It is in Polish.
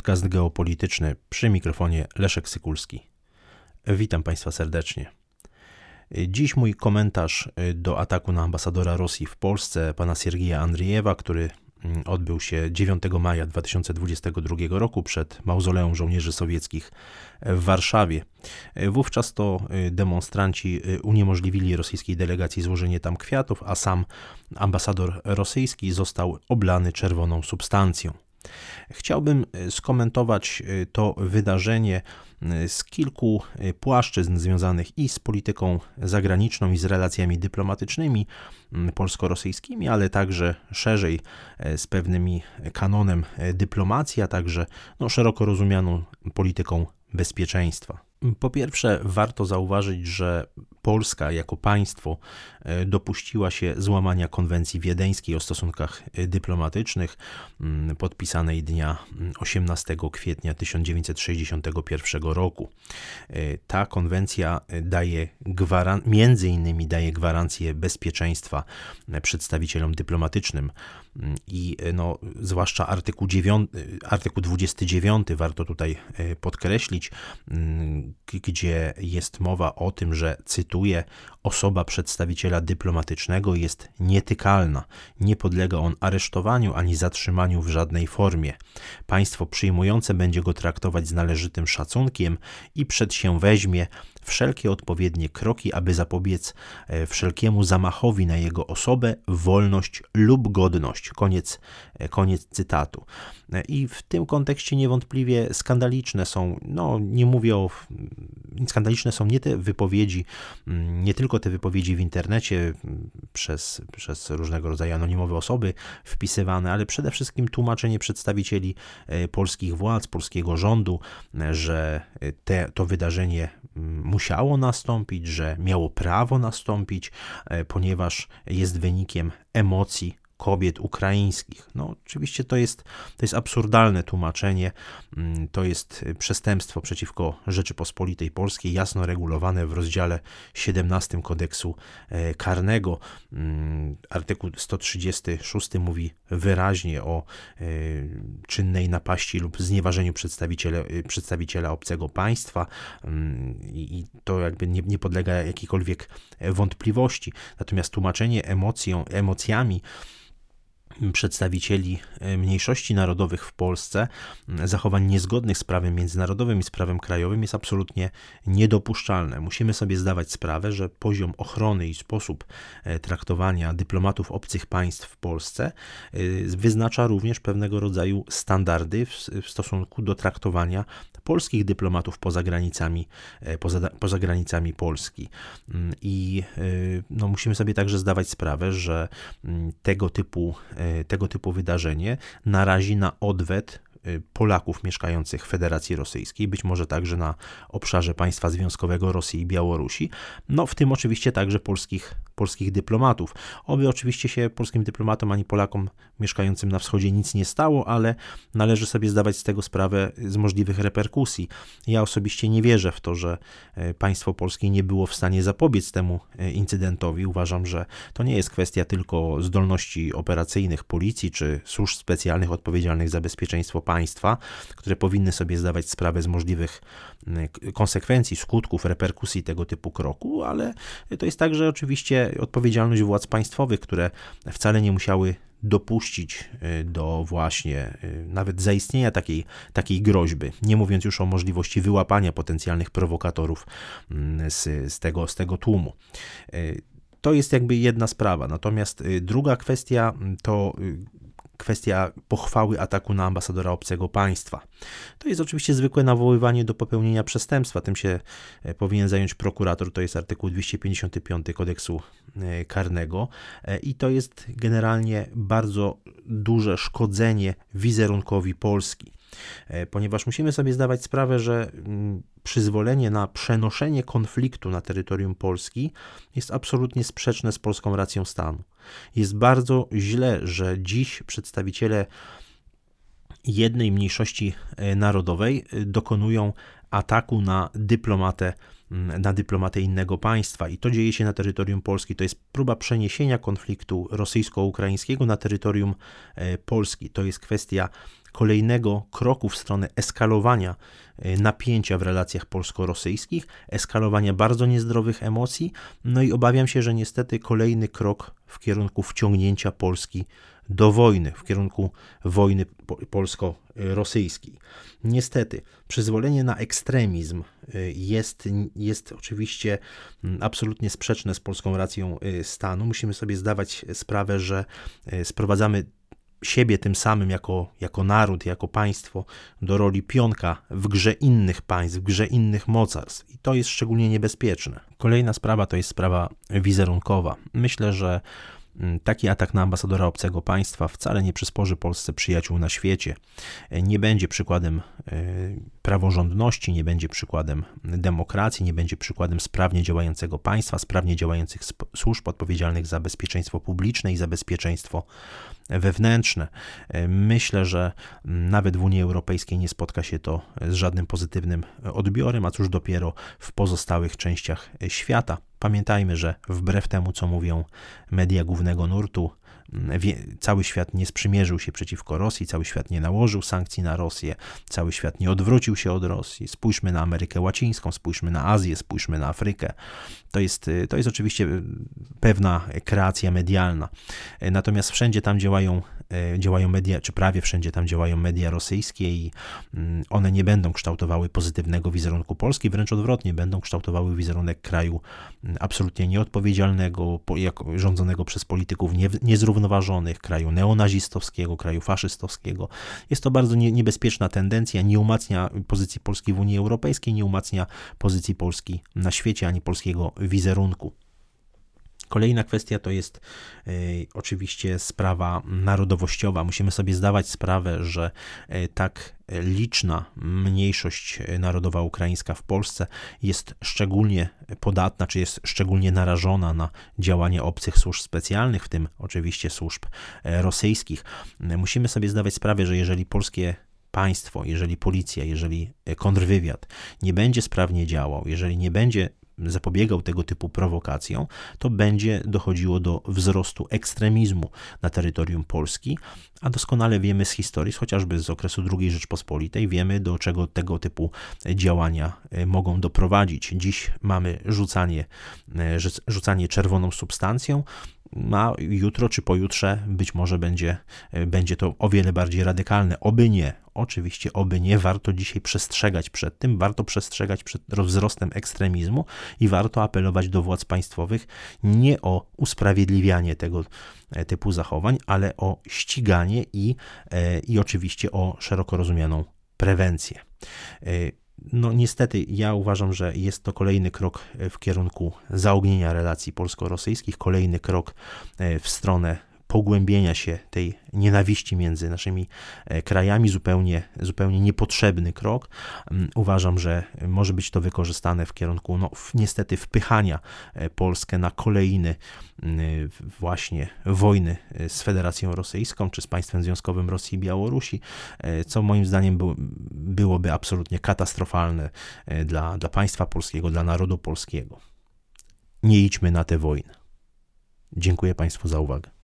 Podcast geopolityczny, przy mikrofonie Leszek Sykulski. Witam Państwa serdecznie. Dziś mój komentarz do ataku na ambasadora Rosji w Polsce, pana Siergieja Andriejewa, który odbył się 9 maja 2022 roku przed mauzoleum żołnierzy sowieckich w Warszawie. Wówczas to demonstranci uniemożliwili rosyjskiej delegacji złożenie tam kwiatów, a sam ambasador rosyjski został oblany czerwoną substancją. Chciałbym skomentować to wydarzenie z kilku płaszczyzn związanych i z polityką zagraniczną, i z relacjami dyplomatycznymi polsko-rosyjskimi, ale także szerzej z pewnymi kanonem dyplomacji, a także szeroko rozumianą polityką bezpieczeństwa. Po pierwsze, warto zauważyć, że Polska jako państwo dopuściła się złamania konwencji wiedeńskiej o stosunkach dyplomatycznych, podpisanej dnia 18 kwietnia 1961 roku. Ta konwencja między innymi daje gwarancję bezpieczeństwa przedstawicielom dyplomatycznym i zwłaszcza artykuł 29 warto tutaj podkreślić, gdzie jest mowa o tym, że, cytuję, osoba przedstawiciela dyplomatycznego jest nietykalna, nie podlega on aresztowaniu ani zatrzymaniu w żadnej formie. Państwo przyjmujące będzie go traktować z należytym szacunkiem i przedsięweźmie wszelkie odpowiednie kroki, aby zapobiec wszelkiemu zamachowi na jego osobę, wolność lub godność. Koniec cytatu. I w tym kontekście niewątpliwie skandaliczne są, skandaliczne są nie te wypowiedzi, nie tylko te wypowiedzi w internecie przez różnego rodzaju anonimowe osoby wpisywane, ale przede wszystkim tłumaczenie przedstawicieli polskich władz, polskiego rządu, że to wydarzenie musiało nastąpić, że miało prawo nastąpić, ponieważ jest wynikiem emocji kobiet ukraińskich. Oczywiście to jest absurdalne tłumaczenie, to jest przestępstwo przeciwko Rzeczypospolitej Polskiej, jasno regulowane w rozdziale 17 kodeksu karnego. Artykuł 136 mówi wyraźnie o czynnej napaści lub znieważeniu przedstawiciela obcego państwa i to jakby nie podlega jakiejkolwiek wątpliwości. Natomiast tłumaczenie emocjami przedstawicieli mniejszości narodowych w Polsce zachowań niezgodnych z prawem międzynarodowym i z prawem krajowym jest absolutnie niedopuszczalne. Musimy sobie zdawać sprawę, że poziom ochrony i sposób traktowania dyplomatów obcych państw w Polsce wyznacza również pewnego rodzaju standardy w stosunku do traktowania polskich dyplomatów poza granicami Polski. I musimy sobie także zdawać sprawę, że tego typu wydarzenie narazi na odwet Polaków mieszkających w Federacji Rosyjskiej, być może także na obszarze państwa związkowego Rosji i Białorusi, w tym oczywiście także polskich dyplomatów. Oby oczywiście się polskim dyplomatom ani Polakom mieszkającym na wschodzie nic nie stało, ale należy sobie zdawać z tego sprawę z możliwych reperkusji. Ja osobiście nie wierzę w to, że państwo polskie nie było w stanie zapobiec temu incydentowi. Uważam, że to nie jest kwestia tylko zdolności operacyjnych policji czy służb specjalnych odpowiedzialnych za bezpieczeństwo państwa, które powinny sobie zdawać sprawę z możliwych konsekwencji, skutków, reperkusji tego typu kroku, ale to jest także oczywiście odpowiedzialność władz państwowych, które wcale nie musiały dopuścić do właśnie nawet zaistnienia takiej groźby, nie mówiąc już o możliwości wyłapania potencjalnych prowokatorów z tego tłumu. To jest jakby jedna sprawa. Natomiast druga kwestia to kwestia pochwały ataku na ambasadora obcego państwa. To jest oczywiście zwykłe nawoływanie do popełnienia przestępstwa. Tym się powinien zająć prokurator. To jest artykuł 255 kodeksu karnego i to jest generalnie bardzo duże szkodzenie wizerunkowi Polski. Ponieważ musimy sobie zdawać sprawę, że przyzwolenie na przenoszenie konfliktu na terytorium Polski jest absolutnie sprzeczne z polską racją stanu. Jest bardzo źle, że dziś przedstawiciele jednej mniejszości narodowej dokonują ataku na dyplomatę na dyplomatę innego państwa i to dzieje się na terytorium Polski. To jest próba przeniesienia konfliktu rosyjsko-ukraińskiego na terytorium Polski. To jest kwestia kolejnego kroku w stronę eskalowania napięcia w relacjach polsko-rosyjskich, eskalowania bardzo niezdrowych emocji, no i obawiam się, że niestety kolejny krok w kierunku wciągnięcia Polski do wojny, w kierunku wojny polsko-rosyjskiej. Niestety, przyzwolenie na ekstremizm jest oczywiście absolutnie sprzeczne z polską racją stanu. Musimy sobie zdawać sprawę, że sprowadzamy siebie tym samym jako naród, jako państwo do roli pionka w grze innych państw, w grze innych mocarstw i to jest szczególnie niebezpieczne. Kolejna sprawa to jest sprawa wizerunkowa. Myślę, że taki atak na ambasadora obcego państwa wcale nie przysporzy Polsce przyjaciół na świecie. Nie będzie przykładem praworządności, nie będzie przykładem demokracji, nie będzie przykładem sprawnie działającego państwa, sprawnie działających służb odpowiedzialnych za bezpieczeństwo publiczne i za bezpieczeństwo wewnętrzne. Myślę, że nawet w Unii Europejskiej nie spotka się to z żadnym pozytywnym odbiorem, a cóż dopiero w pozostałych częściach świata. Pamiętajmy, że wbrew temu, co mówią media głównego nurtu, cały świat nie sprzymierzył się przeciwko Rosji, cały świat nie nałożył sankcji na Rosję, cały świat nie odwrócił się od Rosji. Spójrzmy na Amerykę Łacińską, spójrzmy na Azję, spójrzmy na Afrykę. To jest oczywiście pewna kreacja medialna. Natomiast wszędzie tam działają media, czy prawie wszędzie tam działają media rosyjskie i one nie będą kształtowały pozytywnego wizerunku Polski, wręcz odwrotnie, będą kształtowały wizerunek kraju absolutnie nieodpowiedzialnego, rządzonego przez polityków niezrównoważonych, kraju neonazistowskiego, kraju faszystowskiego. Jest to bardzo niebezpieczna tendencja, nie umacnia pozycji Polski w Unii Europejskiej, nie umacnia pozycji Polski na świecie, ani polskiego wizerunku. Kolejna kwestia to jest oczywiście sprawa narodowościowa. Musimy sobie zdawać sprawę, że tak liczna mniejszość narodowa ukraińska w Polsce jest szczególnie podatna, czy jest szczególnie narażona na działania obcych służb specjalnych, w tym oczywiście służb rosyjskich. Musimy sobie zdawać sprawę, że jeżeli polskie państwo, jeżeli policja, jeżeli kontrwywiad nie będzie sprawnie działał, jeżeli nie będzie zapobiegał tego typu prowokacjom, to będzie dochodziło do wzrostu ekstremizmu na terytorium Polski, a doskonale wiemy z historii, chociażby z okresu II Rzeczpospolitej, wiemy, do czego tego typu działania mogą doprowadzić. Dziś mamy rzucanie czerwoną substancją, a jutro czy pojutrze być może będzie to o wiele bardziej radykalne. Oby nie. Oczywiście oby nie. Warto dzisiaj przestrzegać przed tym, warto przestrzegać przed wzrostem ekstremizmu i warto apelować do władz państwowych nie o usprawiedliwianie tego typu zachowań, ale o ściganie i oczywiście o szeroko rozumianą prewencję. No niestety ja uważam, że jest to kolejny krok w kierunku zaognienia relacji polsko-rosyjskich, kolejny krok w stronę pogłębienia się tej nienawiści między naszymi krajami, zupełnie niepotrzebny krok. Uważam, że może być to wykorzystane w kierunku niestety wpychania Polskę na kolejny właśnie wojny z Federacją Rosyjską, czy z państwem związkowym Rosji i Białorusi, co moim zdaniem byłoby absolutnie katastrofalne dla państwa polskiego, dla narodu polskiego. Nie idźmy na tę wojnę. Dziękuję Państwu za uwagę.